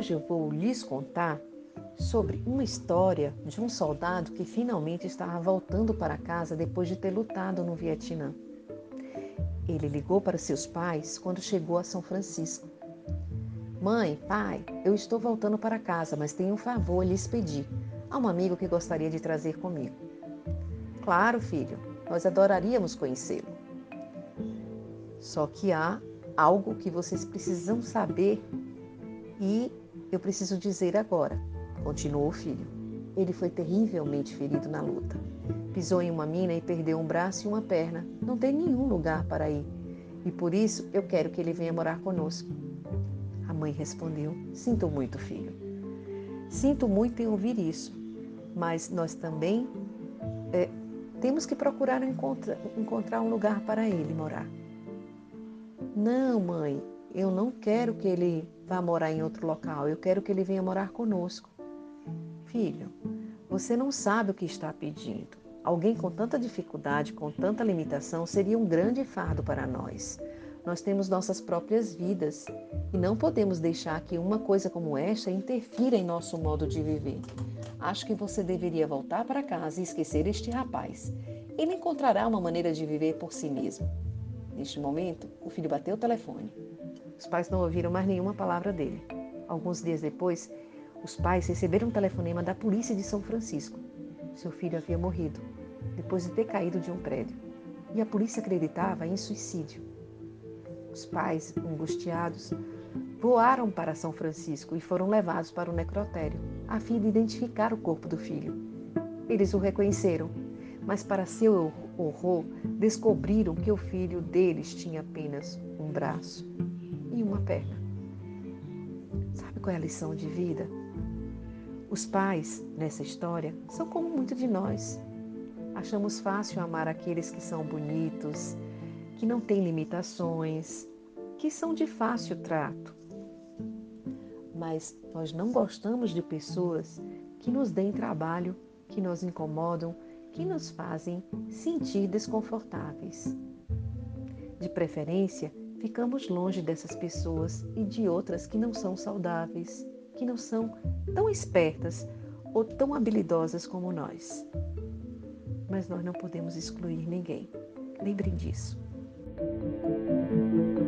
hoje eu vou lhes contar sobre uma história de um soldado que finalmente estava voltando para casa depois de ter lutado no Vietnã. Ele ligou para seus pais quando chegou a São Francisco. Mãe, pai, eu estou voltando para casa, mas tenho um favor a lhes pedir. Há um amigo que gostaria de trazer comigo. Claro, filho, nós adoraríamos conhecê-lo. Só que há algo que vocês precisam saber e eu preciso dizer agora, continuou o filho. Ele foi terrivelmente ferido na luta. Pisou em uma mina e perdeu um braço e uma perna. Não tem nenhum lugar para ir. E por isso eu quero que ele venha morar conosco. A mãe respondeu, sinto muito, filho. Sinto muito em ouvir isso, mas nós também temos que procurar encontrar um lugar para ele morar. Não, mãe, eu não quero que ele vá morar em outro local, eu quero que ele venha morar conosco. Filho, você não sabe o que está pedindo. Alguém com tanta dificuldade, com tanta limitação, seria um grande fardo para nós. Nós temos nossas próprias vidas e não podemos deixar que uma coisa como esta interfira em nosso modo de viver. Acho que você deveria voltar para casa e esquecer este rapaz. Ele encontrará uma maneira de viver por si mesmo. Neste momento, o filho bateu o telefone. Os pais não ouviram mais nenhuma palavra dele. Alguns dias depois, os pais receberam um telefonema da polícia de São Francisco. Seu filho havia morrido, depois de ter caído de um prédio. E a polícia acreditava em suicídio. Os pais, angustiados, voaram para São Francisco e foram levados para o necrotério, a fim de identificar o corpo do filho. Eles o reconheceram, mas para seu horror, descobriram que o filho deles tinha apenas um braço e uma perna. Sabe qual é a lição de vida? Os pais, nessa história, são como muito de nós. Achamos fácil amar aqueles que são bonitos, que não têm limitações, que são de fácil trato. Mas nós não gostamos de pessoas que nos deem trabalho, que nos incomodam, que nos fazem sentir desconfortáveis. De preferência, ficamos longe dessas pessoas e de outras que não são saudáveis, que não são tão espertas ou tão habilidosas como nós. Mas nós não podemos excluir ninguém. Lembrem disso.